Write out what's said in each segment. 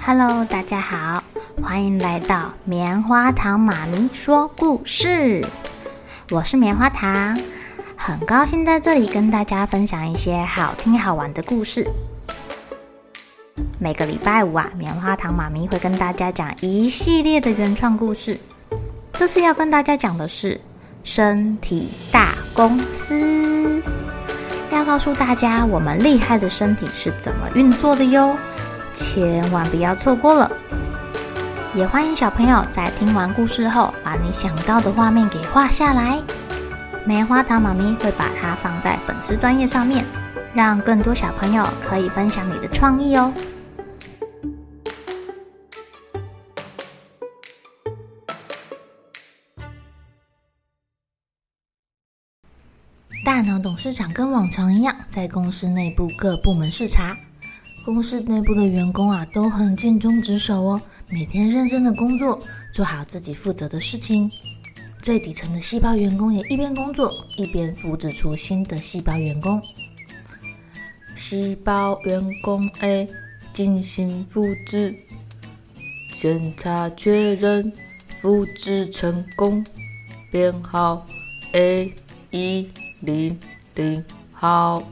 Hello， 大家好，欢迎来到棉花糖妈咪说故事。我是棉花糖，很高兴在这里跟大家分享一些好听好玩的故事。每个礼拜五棉花糖妈咪会跟大家讲一系列的原创故事。这次要跟大家讲的是身体大公司，要告诉大家我们厉害的身体是怎么运作的哟，千万不要错过了。也欢迎小朋友在听完故事后，把你想到的画面给画下来。棉花糖妈咪会把它放在粉丝专页上面，让更多小朋友可以分享你的创意哦。大脑董事长跟往常一样，在公司内部各部门视察。公司内部的员工都很尽忠职守哦，每天认真的工作，做好自己负责的事情。最底层的细胞员工也一边工作，一边复制出新的细胞员工。细胞员工 A 进行复制，检查确认，复制成功，编号 A100号。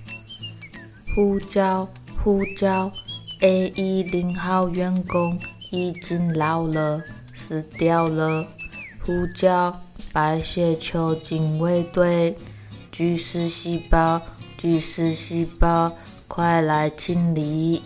呼叫 A10号员工已经老了，死掉了。呼叫白血球警卫队，巨噬细胞，快来清理。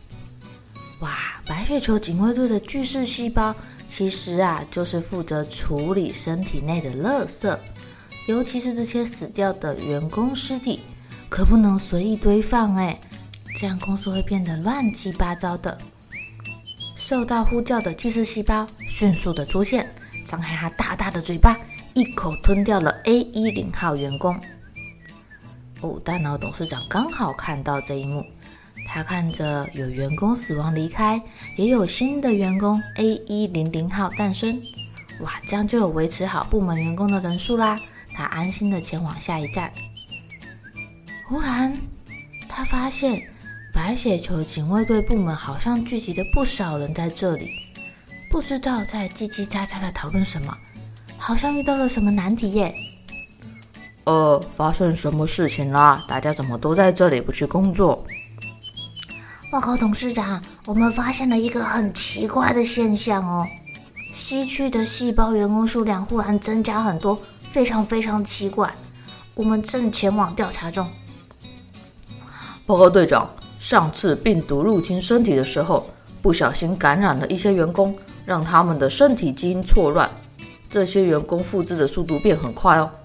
白血球警卫队的巨噬细胞其实就是负责处理身体内的垃圾，尤其是这些死掉的员工尸体，可不能随意堆放这样公司会变得乱七八糟的。受到呼叫的巨噬细胞迅速的出现，张开它大大的嘴巴，一口吞掉了 A10号员工。大脑董事长刚好看到这一幕，他看着有员工死亡离开，也有新的员工 A100号诞生。这样就有维持好部门员工的人数啦，他安心的前往下一站。忽然他发现白血球警卫队部门好像聚集了不少人在这里，不知道在叽叽喳喳的讨论什么，好像遇到了什么难题耶。 发生什么事情啦？大家怎么都在这里不去工作？ 报告董事长，我们发现了一个很奇怪的现象哦，西区的细胞员工数量忽然增加很多，非常非常奇怪，我们正前往调查中。 报告队长，上次病毒入侵身体的时候，不小心感染了一些员工，让他们的身体基因错乱，这些员工复制的速度变很快哦。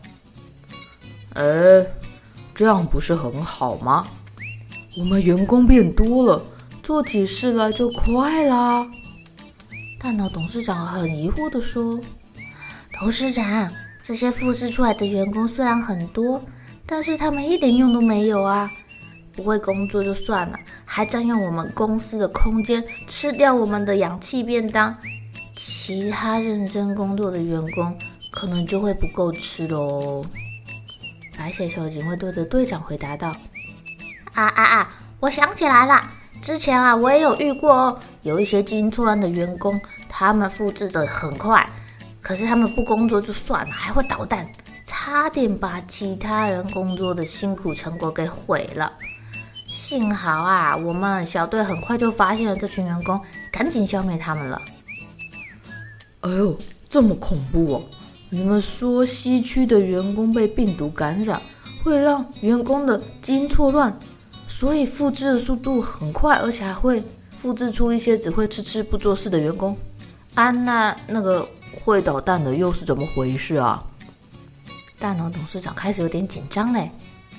这样不是很好吗？我们员工变多了，做起事来就快啦。 大脑董事长很疑惑地说，董事长，这些复制出来的员工虽然很多，但是他们一点用都没有不会工作就算了，还占用我们公司的空间，吃掉我们的氧气便当，其他认真工作的员工可能就会不够吃咯。白血球警卫队的队长回答道，我想起来了，之前我也有遇过有一些基因错乱的员工，他们复制的很快，可是他们不工作就算了，还会捣蛋，差点把其他人工作的辛苦成果给毁了。幸好我们小队很快就发现了这群员工，赶紧消灭他们了。 这么恐怖哦！你们说西区的员工被病毒感染，会让员工的基因错乱，所以复制的速度很快，而且还会复制出一些只会吃不做事的员工。那个会捣蛋的又是怎么回事啊？ 大脑董事长开始有点紧张嘞。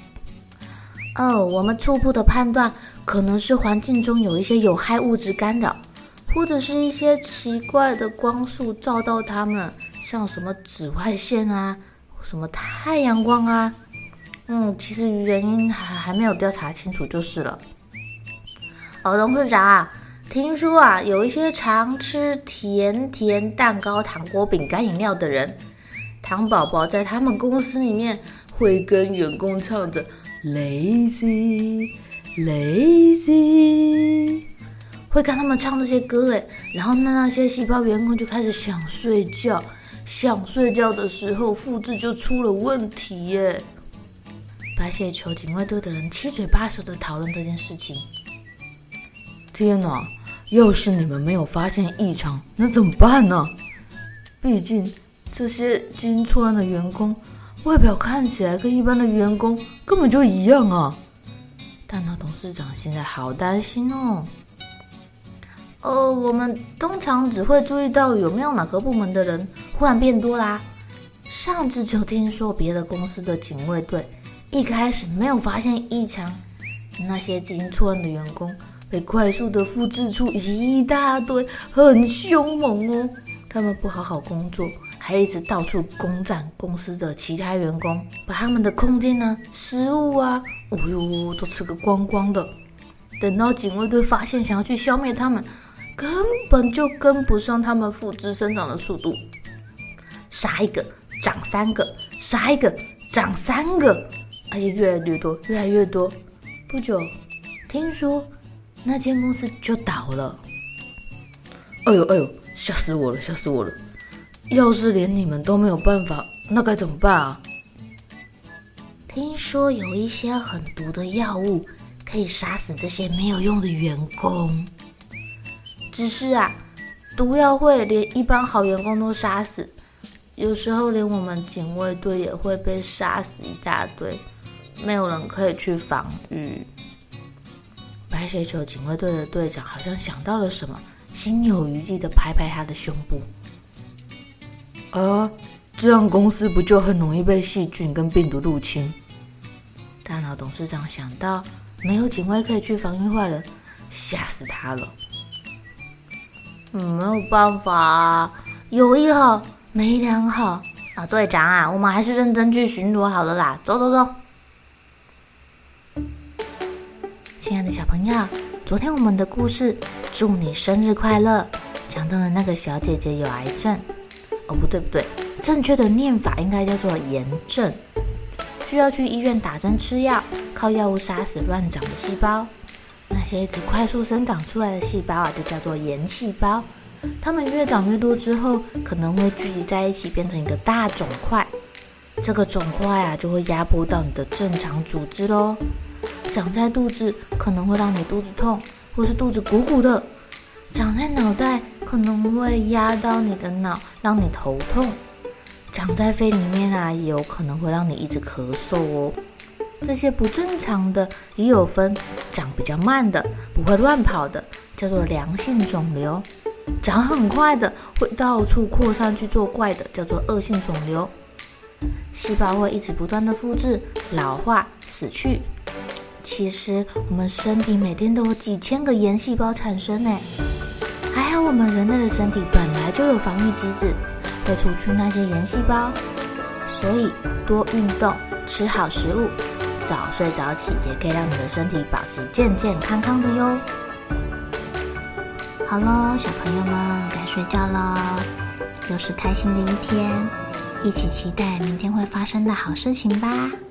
我们初步的判断可能是环境中有一些有害物质干扰，或者是一些奇怪的光束照到他们，像什么紫外线什么太阳光其实原因还没有调查清楚就是了。董事长听说有一些常吃甜蛋糕、糖果、饼干、饮料的人，糖宝宝在他们公司里面会跟员工唱着 Lazy Lazy， 会跟他们唱这些歌诶，然后那些细胞员工就开始想睡觉，想睡觉的时候复制就出了问题耶。白血球警卫队的人七嘴八舌的讨论这件事情。天哪，要是你们没有发现异常，那怎么办呢？毕竟这些基因错乱的员工外表看起来跟一般的员工根本就一样啊。大脑董事长现在好担心哦。我们通常只会注意到有没有哪个部门的人忽然变多啦。上次就听说别的公司的警卫队一开始没有发现异常，那些基因错乱的员工被快速的复制出一大堆，很凶猛哦。他们不好好工作，还一直到处攻占公司的其他员工，把他们的空间啊、食物啊，都吃个光光的。等到警卫队发现想要去消灭他们，根本就跟不上他们复制生长的速度。杀一个长3个，杀一个长3个，而且越来越多，越来越多。不久，听说那间公司就倒了。哎呦，吓死我了，吓死我了！要是连你们都没有办法，那该怎么办啊？听说有一些很毒的药物可以杀死这些没有用的员工。只是啊，毒药会连一般好员工都杀死，有时候连我们警卫队也会被杀死一大堆，没有人可以去防御。白血球警卫队的队长好像想到了什么，心有余悸地拍拍他的胸部。这样公司不就很容易被细菌跟病毒入侵？大脑董事长想到没有警卫可以去防御坏人，吓死他了。没有办法啊，有一好没两好啊。队长啊，我们还是认真去巡逻好了啦，走。亲爱的小朋友，昨天我们的故事祝你生日快乐讲到了那个小姐姐有癌症。不对，正确的念法应该叫做炎症，需要去医院打针吃药，靠药物杀死乱长的细胞。那些一直快速生长出来的细胞啊，就叫做炎细胞。它们越长越多之后，可能会聚集在一起，变成一个大肿块。这个肿块啊，就会压迫到你的正常组织咯。长在肚子可能会让你肚子痛，或是肚子鼓鼓的；长在脑袋可能会压到你的脑，让你头痛；长在肺里面啊，也有可能会让你一直咳嗽哦。这些不正常的也有分长比较慢的，不会乱跑的，叫做良性肿瘤；长很快的，会到处扩散去做怪的，叫做恶性肿瘤。细胞会一直不断的复制、老化、死去。其实我们身体每天都有几千个炎细胞产生呢。还好我们人类的身体本来就有防御机制，会除去那些炎细胞。所以多运动，吃好食物，早睡早起，也可以让你的身体保持健健康康的哟。好咯，小朋友们该睡觉咯，又是开心的一天，一起期待明天会发生的好事情吧。